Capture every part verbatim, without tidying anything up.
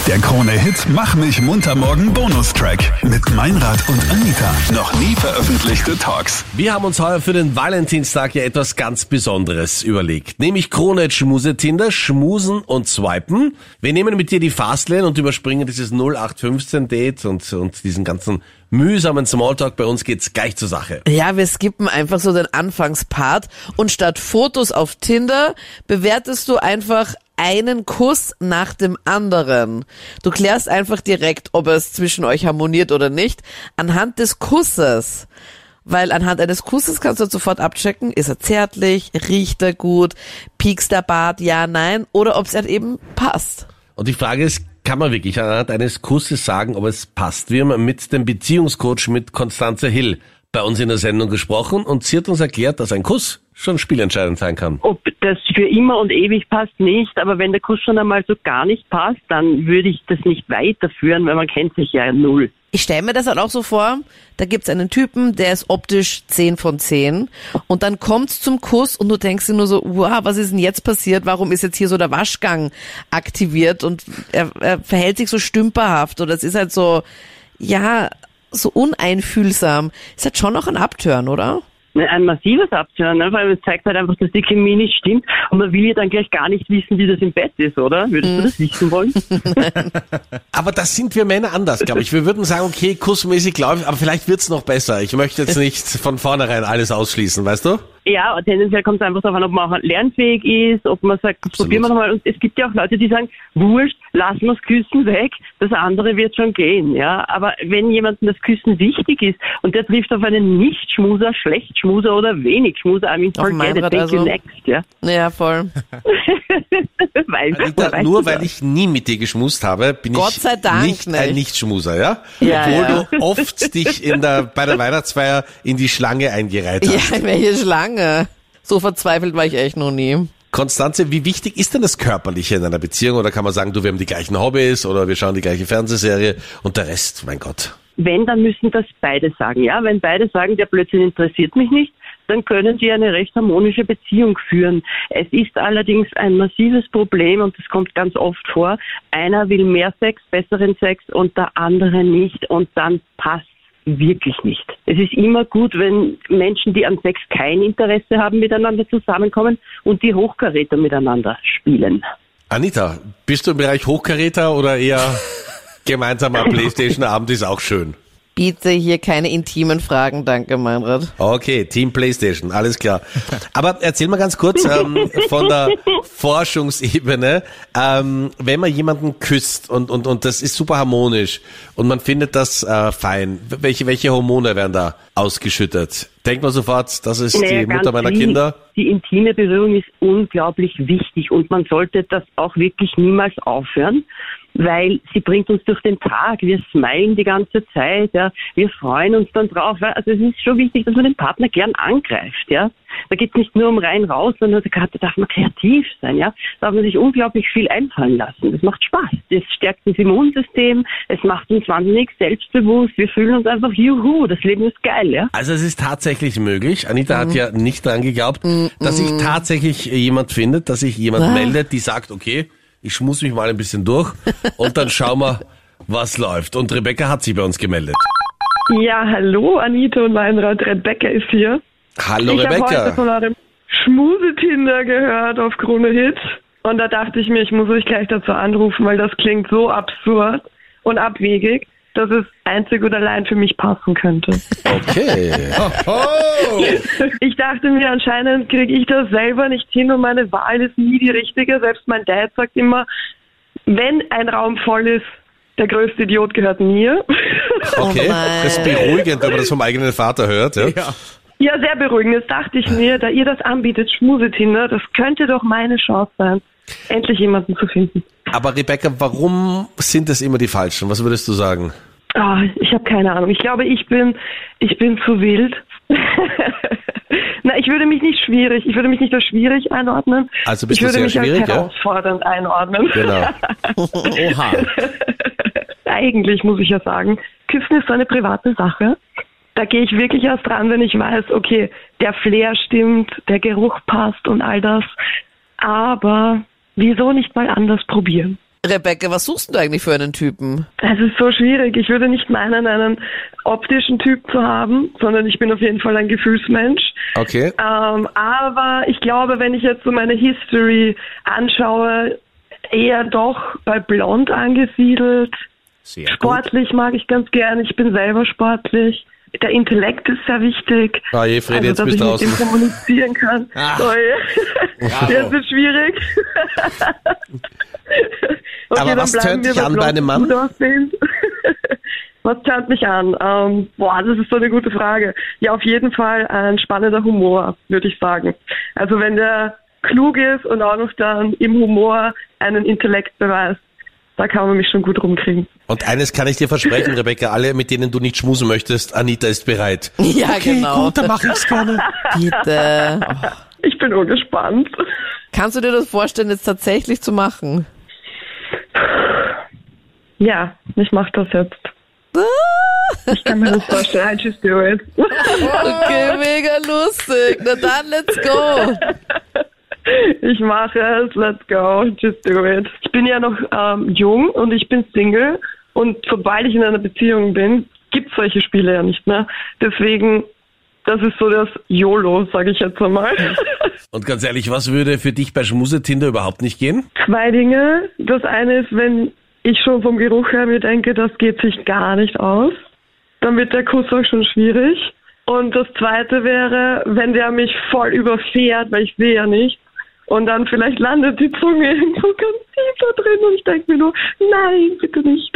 Der Krone-Hit Mach mich munter morgen Bonustrack mit Meinrad und Anita. Noch nie veröffentlichte Talks. Wir haben uns heuer für den Valentinstag ja etwas ganz Besonderes überlegt. Nämlich Krone Schmusetinder, schmusen und swipen. Wir nehmen mit dir die Fastlane und überspringen dieses null acht fünfzehn Date und, und diesen ganzen mühsamen Smalltalk. Bei uns geht's gleich zur Sache. Ja, wir skippen einfach so den Anfangspart und statt Fotos auf Tinder bewertest du einfach einen Kuss nach dem anderen. Du klärst einfach direkt, ob es zwischen euch harmoniert oder nicht, anhand des Kusses. Weil anhand eines Kusses kannst du sofort abchecken, ist er zärtlich, riecht er gut, piekst der Bart, ja, nein, oder ob es halt eben passt. Und die Frage ist, kann man wirklich anhand eines Kusses sagen, ob es passt? Wir haben mit dem Beziehungscoach mit Constanze Hill bei uns in der Sendung gesprochen und sie hat uns erklärt, dass ein Kuss schon spielentscheidend sein kann. Ob das für immer und ewig passt, nicht, aber wenn der Kuss schon einmal so gar nicht passt, dann würde ich das nicht weiterführen, weil man kennt sich ja null. Ich stelle mir das halt auch so vor, da gibt's einen Typen, der ist optisch zehn von zehn und dann kommt's zum Kuss und du denkst dir nur so, wow, was ist denn jetzt passiert? Warum ist jetzt hier so der Waschgang aktiviert und er, er verhält sich so stümperhaft oder es ist halt so, ja, so uneinfühlsam. Ist halt schon noch ein Abturn, oder? Ein massives Abturn, ne? Weil es zeigt halt einfach, dass die Chemie nicht stimmt und man will ja dann gleich gar nicht wissen, wie das im Bett ist, oder? Würdest hm. du das wissen wollen? Aber das sind wir Männer anders, glaube ich. Wir würden sagen, okay, kussmäßig läuft, aber vielleicht wird's noch besser. Ich möchte jetzt nicht von vornherein alles ausschließen, weißt du? Ja, tendenziell kommt es einfach darauf an, ob man auch lernfähig ist, ob man sagt, das probieren wir nochmal. Und es gibt ja auch Leute, die sagen, wurscht, lassen wir das Küssen weg, das andere wird schon gehen, ja. Aber wenn jemandem das Küssen wichtig ist und der trifft auf einen Nicht-Schmuser, Schlecht-Schmuser oder Wenig-Schmuser, I mean, forget it, take also. you next, ja. Ja, voll. Weiß, Anita, weiß nur das. weil ich nie mit dir geschmust habe, bin Gott ich sei Dank nicht, nicht. ein Nicht-Schmuser, ja? Ja, Obwohl ja. du oft dich in der, bei der Weihnachtsfeier in die Schlange eingereiht hast. Ja, welche Schlange? So verzweifelt war ich echt noch nie. Konstanze, wie wichtig ist denn das Körperliche in einer Beziehung? Oder kann man sagen, du, wir haben die gleichen Hobbys oder wir schauen die gleiche Fernsehserie und der Rest, mein Gott. Wenn, dann müssen das beide sagen, ja. Wenn beide sagen, der Blödsinn interessiert mich nicht, dann können sie eine recht harmonische Beziehung führen. Es ist allerdings ein massives Problem und das kommt ganz oft vor. Einer will mehr Sex, besseren Sex und der andere nicht und dann passt wirklich nicht. Es ist immer gut, wenn Menschen, die an Sex kein Interesse haben, miteinander zusammenkommen und die Hochkaräter miteinander spielen. Anita, bist du im Bereich Hochkaräter oder eher gemeinsamer Playstation-Abend ist auch schön? Biete hier keine intimen Fragen, danke, Meinrad. Okay, Team Playstation, alles klar. Aber erzähl mal ganz kurz ähm, von der Forschungsebene, ähm, wenn man jemanden küsst und und und das ist super harmonisch und man findet das äh, fein, welche welche Hormone werden da ausgeschüttet? Denkt man sofort, das ist naja, die Mutter meiner lieb. Kinder? Die intime Berührung ist unglaublich wichtig und man sollte das auch wirklich niemals aufhören, weil sie bringt uns durch den Tag. Wir smilen die ganze Zeit, ja. Wir freuen uns dann drauf. Also es ist schon wichtig, dass man den Partner gern angreift, ja. Da geht es nicht nur um rein raus, sondern da darf man kreativ sein, ja. Da darf man sich unglaublich viel einfallen lassen. Das macht Spaß. Das stärkt das Immunsystem. Es macht uns wahnsinnig selbstbewusst. Wir fühlen uns einfach, juhu, das Leben ist geil, ja. Also es ist tatsächlich möglich. Anita mhm. hat ja nicht dran geglaubt, mhm. dass sich tatsächlich jemand findet, dass sich jemand ah. meldet, die sagt, okay, ich schmus mich mal ein bisschen durch und dann schauen wir, was läuft. Und Rebecca hat sich bei uns gemeldet. Ja, hallo Anita und Meinrad, Rebecca ist hier. Hallo ich Rebecca. Ich habe heute von eurem Schmusetinder gehört auf Krone Hit und da dachte ich mir, ich muss euch gleich dazu anrufen, weil das klingt so absurd und abwegig, dass es einzig und allein für mich passen könnte. Okay. Ich dachte mir, anscheinend kriege ich das selber nicht hin und meine Wahl ist nie die richtige. Selbst mein Dad sagt immer, wenn ein Raum voll ist, der größte Idiot gehört mir. Okay, das ist beruhigend, wenn man das vom eigenen Vater hört. Ja, ja. Ja, sehr beruhigend. Das dachte ich mir, da ihr das anbietet, Schmusetinder, das könnte doch meine Chance sein, endlich jemanden zu finden. Aber Rebecca, warum sind es immer die Falschen? Was würdest du sagen? Ah, ich habe keine Ahnung. Ich glaube, ich bin, ich bin zu wild. Na, ich würde mich nicht schwierig, ich würde mich nicht als schwierig einordnen. Also bist ich du würde sehr mich schwierig, als herausfordernd ja? einordnen. Genau. Oha. Eigentlich muss ich ja sagen, Küssen ist so eine private Sache. Da gehe ich wirklich erst dran, wenn ich weiß, okay, der Flair stimmt, der Geruch passt und all das. Aber wieso nicht mal anders probieren? Rebecca, was suchst du eigentlich für einen Typen? Es ist so schwierig. Ich würde nicht meinen, einen optischen Typ zu haben, sondern ich bin auf jeden Fall ein Gefühlsmensch. Okay. Ähm, aber ich glaube, wenn ich jetzt so meine History anschaue, eher doch bei blond angesiedelt. Sehr Sportlich gut. mag ich ganz gern. Ich bin selber sportlich. Der Intellekt ist sehr wichtig. Ah je, Fred, jetzt also, bist du dass ich mit ihm kommunizieren kann. Ah. Oh, ja. Jetzt ist schwierig. Okay, aber was tönt dich an bei einem Mann? Was tönt mich an? Ähm, boah, das ist so eine gute Frage. Ja, auf jeden Fall ein spannender Humor, würde ich sagen. Also wenn der klug ist und auch noch dann im Humor einen Intellekt beweist, da kann man mich schon gut rumkriegen. Und eines kann ich dir versprechen, Rebecca, alle, mit denen du nicht schmusen möchtest, Anita ist bereit. Ja, okay, genau. Gut, dann mache ich's gerne. Bitte. Oh. Ich bin urgespannt. Kannst du dir das vorstellen, jetzt tatsächlich zu machen? Ja, ich mach das jetzt. Ich kann mir das vorstellen. I just do it. Okay, mega lustig. Na dann, let's go. Ich mache es, let's go, just do it. Ich bin ja noch ähm, jung und ich bin Single und sobald ich in einer Beziehung bin, gibt es solche Spiele ja nicht mehr. Deswegen, das ist so das YOLO, sage ich jetzt einmal. Und ganz ehrlich, was würde für dich bei Schmusetinder überhaupt nicht gehen? Zwei Dinge. Das eine ist, wenn ich schon vom Geruch her mir denke, das geht sich gar nicht aus, dann wird der Kuss auch schon schwierig. Und das zweite wäre, wenn der mich voll überfährt, weil ich sehe ja nicht, und dann vielleicht landet die Zunge irgendwo ganz tief da drin und ich denke mir nur, nein, bitte nicht.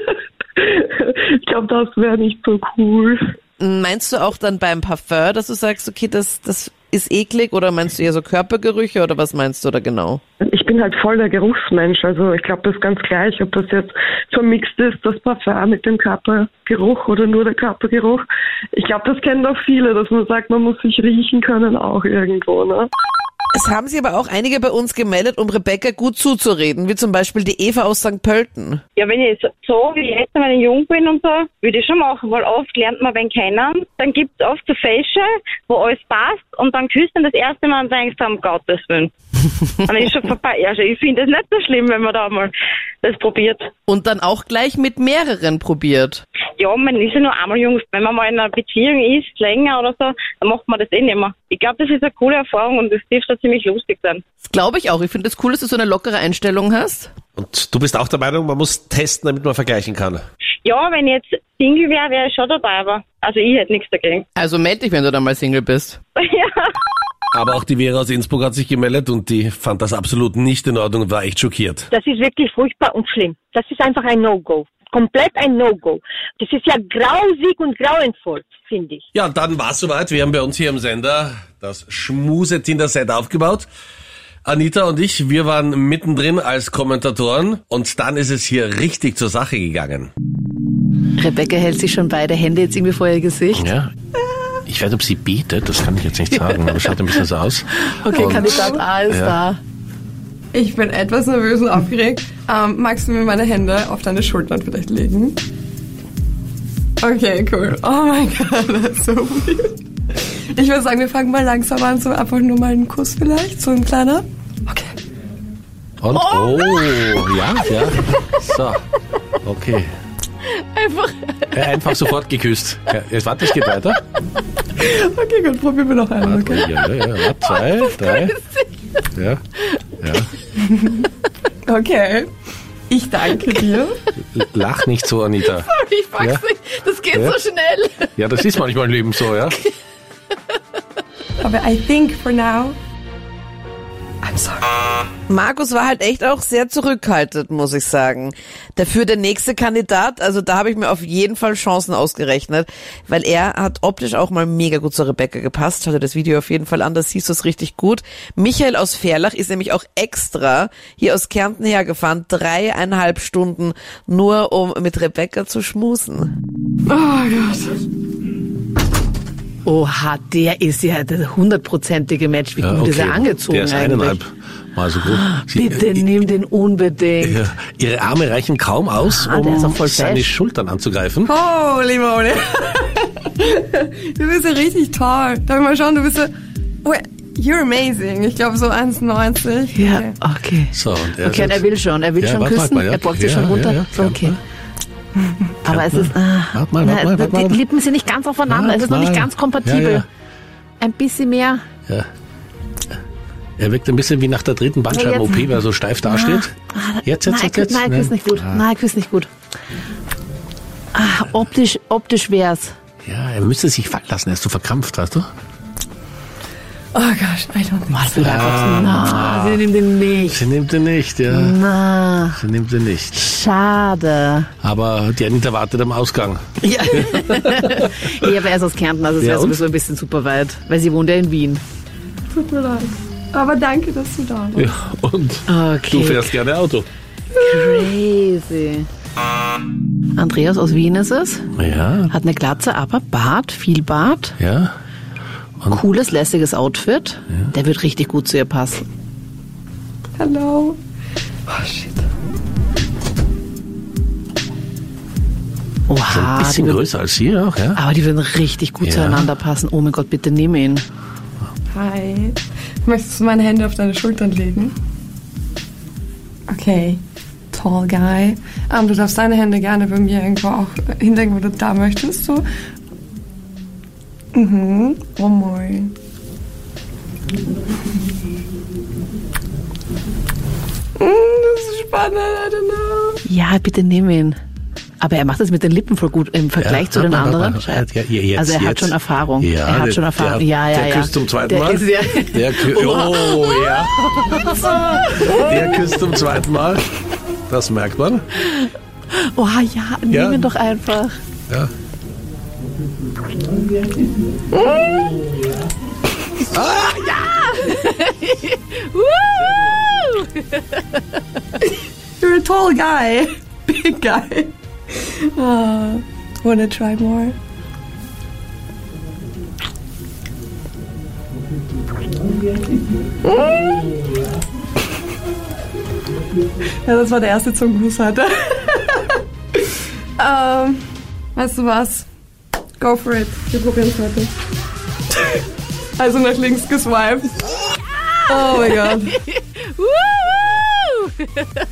Ich glaube, das wäre nicht so cool. Meinst du auch dann beim Parfum, dass du sagst, okay, das, das ist eklig, oder meinst du eher so Körpergerüche, oder was meinst du da genau? Ich bin halt voll der Geruchsmensch, also ich glaube, das ist ganz gleich, ob das jetzt vermixt ist, das Parfum mit dem Körpergeruch oder nur der Körpergeruch. Ich glaube, das kennen doch viele, dass man sagt, man muss sich riechen können auch irgendwo, ne? Es haben sich aber auch einige bei uns gemeldet, um Rebecca gut zuzureden, wie zum Beispiel die Eva aus Sankt Pölten. Ja, wenn ich so wie jetzt, wenn ich jung bin und so, würde ich schon machen, weil oft lernt man wen kennen. Dann gibt es oft so Fäsche, wo alles passt und dann küsst man das erste Mal und denkst, um Gottes Willen. Dann ist schon vorbei. Also ich finde es nicht so schlimm, wenn man da mal das probiert. Und dann auch gleich mit mehreren probiert. Ja, man ist ja nur einmal jung. Wenn man mal in einer Beziehung ist, länger oder so, dann macht man das eh nicht mehr. Ich glaube, das ist eine coole Erfahrung und das dürfte ziemlich lustig sein. Das glaube ich auch. Ich finde es cool, dass du so eine lockere Einstellung hast. Und du bist auch der Meinung, man muss testen, damit man vergleichen kann? Ja, wenn ich jetzt Single wäre, wäre ich schon dabei, aber also ich hätte nichts dagegen. Also melde dich, wenn du dann mal Single bist. Ja. Aber auch die Vera aus Innsbruck hat sich gemeldet und die fand das absolut nicht in Ordnung und war echt schockiert. Das ist wirklich furchtbar und schlimm. Das ist einfach ein No-Go. Komplett ein No-Go. Das ist ja grausig und grauenvoll, finde ich. Ja, dann war es soweit. Wir haben bei uns hier im Sender das Schmuse-Tinder-Set aufgebaut. Anita und ich, wir waren mittendrin als Kommentatoren und dann ist es hier richtig zur Sache gegangen. Rebecca hält sich schon beide Hände jetzt irgendwie vor ihr Gesicht. Ja. Ich weiß nicht, ob sie betet, das kann ich jetzt nicht sagen, aber schaut ein bisschen so aus. Okay, und, Kandidat A ist ja. da. Ich bin etwas nervös und aufgeregt. Ähm, magst du mir meine Hände auf deine Schultern vielleicht legen? Okay, cool. Oh mein Gott, das ist so weird. Ich würde sagen, wir fangen mal langsam an, so einfach nur mal einen Kuss vielleicht, so ein kleiner. Okay. Und, oh, oh ja, ja. So, okay. Einfach. Ja, einfach sofort geküsst. Ja, jetzt warte, es geht weiter. Okay, gut, probieren wir noch einen, okay? Ja, ja, ja. ja. Zwei, drei. Ja, ja. Okay. Ich danke dir. Lach nicht so, Anita. Sorry, ich mag's Ja. nicht. Das geht Ja. so schnell. Ja, das ist manchmal im Leben so, ja. Aber I think for now, I'm sorry. Markus war halt echt auch sehr zurückhaltend, muss ich sagen. Dafür der nächste Kandidat, also da habe ich mir auf jeden Fall Chancen ausgerechnet, weil er hat optisch auch mal mega gut zu Rebecca gepasst. Schau dir das Video auf jeden Fall an, da siehst du es richtig gut. Michael aus Ferlach ist nämlich auch extra hier aus Kärnten hergefahren, dreieinhalb Stunden, nur um mit Rebecca zu schmusen. Oh Gott. Oha, der ist ja das hundertprozentige Match. Wie Ja, gut okay. ist er angezogen Der ist eigentlich? eineinhalb Mal so gut. Sie, Bitte äh, nimm den unbedingt. ja, ihre Arme reichen kaum aus, Ah, der ist auch um voll seine fesch. Schultern anzugreifen. Holy moly. Du bist ja richtig toll. Darf ich mal schauen, du bist ja... Oh, You're amazing. Ich glaube so eins neunzig. Ja, okay. So, und er Okay, und er will schon, er will Ja, schon warte, küssen, warte mal, ja. er bockt sich Ja, schon runter. ja, ja, so, okay. Aber es ist, ah, Warte mal, na, warte mal, warte mal. die Lippen sind nicht ganz aufeinander, Warte es ist noch nicht mal. ganz kompatibel. Ja, ja. Ein bisschen mehr. Ja. Er wirkt ein bisschen wie nach der dritten Bandscheiben-O P, weil er so steif dasteht. Ah, Jetzt, jetzt, nein, jetzt, jetzt. Nein, küss nicht gut. Nein, küss nicht gut. Ah, optisch, optisch wär's. Ja, er müsste sich fallen lassen, er ist so verkrampft, weißt du? Oh gosh, I don't think Mal so. für einfach. Na, sie nimmt ihn nicht. Sie nimmt ihn nicht, ja. Na, Sie nimmt ihn nicht. schade. Aber die Anita wartet am Ausgang. Ja. ja, aber er ist aus Kärnten, also es Ja, wäre und? sowieso ein bisschen super weit, weil sie wohnt ja in Wien. Tut mir leid. Aber danke, dass du da bist. Ja, und Okay. du fährst gerne Auto. Crazy. Andreas aus Wien ist es. Ja, Hat eine Glatze, aber Bart, viel Bart. ja. Cooles, lässiges Outfit. Der wird richtig gut zu ihr passen. Hello. Oh shit. Oha, Ein bisschen die würden, größer als sie auch, ja. aber die würden richtig gut Ja. zueinander passen. Oh mein Gott, bitte nimm ihn. Hi. Möchtest du meine Hände auf deine Schultern legen? Okay. Tall guy. Ähm, du darfst deine Hände gerne bei mir irgendwo auch hinlegen, wo du da möchtest. So. Mhm. One more. Mm, das ist spannend, I don't know. Ja, bitte nimm ihn. Aber er macht das mit den Lippen voll gut im Vergleich Ja, zu den warte mal, anderen. warte mal. Ja, ja, jetzt, also er hat jetzt. schon Erfahrung. Ja, er hat der- schon Erfahrung. der- ja, ja, der ja. küsst zum zweiten der Mal? Ist, ja. Der kü oh, ja. Der küsst zum zweiten Mal. Das merkt man. Oh ja, nimm Ja. ihn doch einfach. Ja. Woo! You're a tall guy. Big guy. Uh, wanna try more? Ja, das war der erste Zungenkuss heute. ähm, weißt du was? Go for it. Wir probieren es heute. Also nach links geswiped. Oh mein Gott. Woo!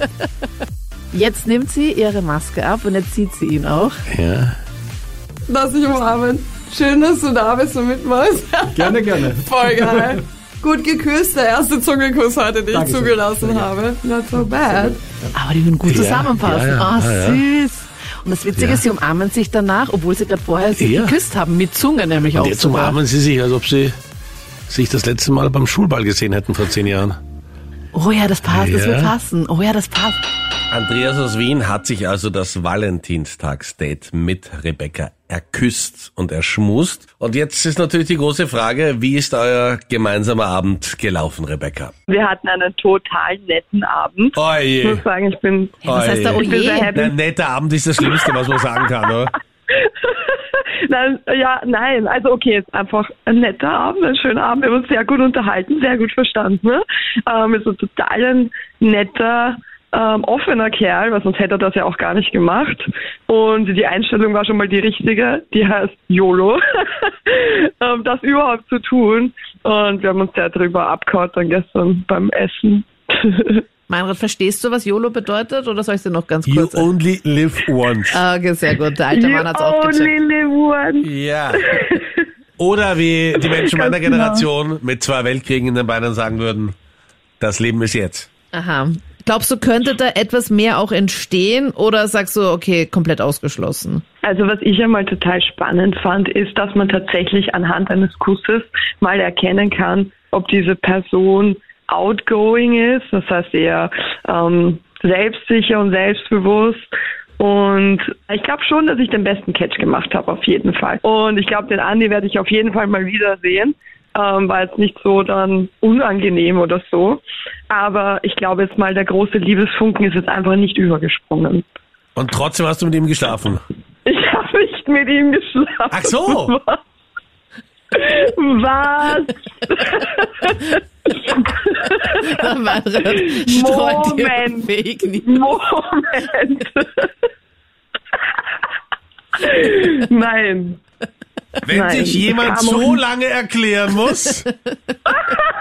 Jetzt nimmt sie ihre Maske ab und jetzt zieht sie ihn auch. Ja. Lass dich umarmen. Schön, dass du da bist und mitmachst. Gerne, gerne. Voll geil. Gut geküsst, der erste Zungenkuss heute, den ich Dankeschön. zugelassen habe. Not so bad. Aber die würden gut Ja, zusammenpassen. ja, ja, oh, ja, ja. süß. Und das Witzige Ja. ist, sie umarmen sich danach, obwohl sie gerade vorher sich Ja. geküsst haben, mit Zunge nämlich auch Und jetzt sogar. umarmen sie sich, als ob sie sich das letzte Mal beim Schulball gesehen hätten vor zehn Jahren. Oh ja, das passt, das Ja. wird passen. Oh ja, das passt. Andreas aus Wien hat sich also das Valentinstagsdate mit Rebecca erküsst und erschmust. Und jetzt ist natürlich die große Frage, wie ist euer gemeinsamer Abend gelaufen, Rebecca? Wir hatten einen total netten Abend. Ich Oje. muss sagen, ich bin, Ja, was heißt da, oh ich bin sehr je? happy. Ein netter Abend ist das Schlimmste, was man sagen kann, oder? Nein, ja, nein, also okay, jetzt einfach ein netter Abend, ein schöner Abend. Wir haben uns sehr gut unterhalten, sehr gut verstanden. Ne? Ähm, ist so total ein netter, ähm, offener Kerl, weil sonst hätte er das ja auch gar nicht gemacht. Und die Einstellung war schon mal die richtige, die heißt YOLO, ähm, das überhaupt zu tun. Und wir haben uns sehr drüber abgehauen dann gestern beim Essen. Meinrad, verstehst du, was YOLO bedeutet oder soll ich dir noch ganz You kurz... only live once. Ah, okay, sehr gut. Der alte You Mann hat's auch only gecheckt. live once. Ja. Oder wie die Menschen meiner Ganz genau. Generation mit zwei Weltkriegen in den Beinen sagen würden, das Leben ist jetzt. Aha. Glaubst du, könnte da etwas mehr auch entstehen oder sagst du, okay, komplett ausgeschlossen? Also was ich einmal total spannend fand, ist, dass man tatsächlich anhand eines Kusses mal erkennen kann, ob diese Person outgoing ist, das heißt eher ähm, selbstsicher und selbstbewusst. Und ich glaube schon, dass ich den besten Catch gemacht habe, auf jeden Fall. Und ich glaube, den Andi werde ich auf jeden Fall mal wiedersehen. Ähm, war jetzt nicht so dann unangenehm oder so. Aber ich glaube jetzt mal, der große Liebesfunken ist jetzt einfach nicht übergesprungen. Und trotzdem hast du mit ihm geschlafen. Ich habe nicht mit ihm geschlafen. Ach so. Was? Meinrad streut dir Moment. Fake News. Moment. Nein. Wenn Nein, sich jemand kam so auch- lange erklären muss,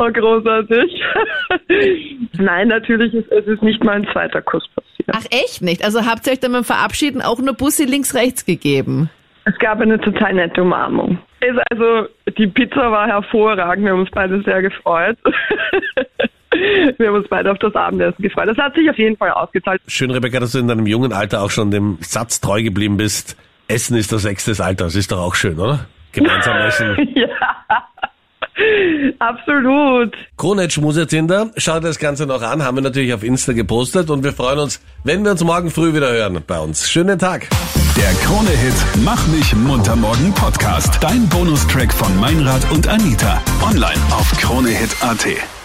Oh, großartig. Nein, natürlich ist es ist nicht mal ein zweiter Kuss passiert. Ach echt nicht? Also habt ihr euch dann beim Verabschieden auch nur Bussi links, rechts gegeben? Es gab eine total nette Umarmung. Also die Pizza war hervorragend, wir haben uns beide sehr gefreut. Wir haben uns beide auf das Abendessen gefreut. Das hat sich auf jeden Fall ausgezahlt. Schön, Rebecca, dass du in deinem jungen Alter auch schon dem Satz treu geblieben bist. Essen ist das Sechste des Alters. Ist doch auch schön, oder? Gemeinsam essen. Ja, absolut. Kronehit Schmusetinder, schau dir das Ganze noch an, haben wir natürlich auf Insta gepostet und wir freuen uns, wenn wir uns morgen früh wieder hören bei uns. Schönen Tag. Der Krone-Hit Mach mich munter morgen Podcast. Dein Bonustrack von Meinrad und Anita. Online auf kronehit punkt at.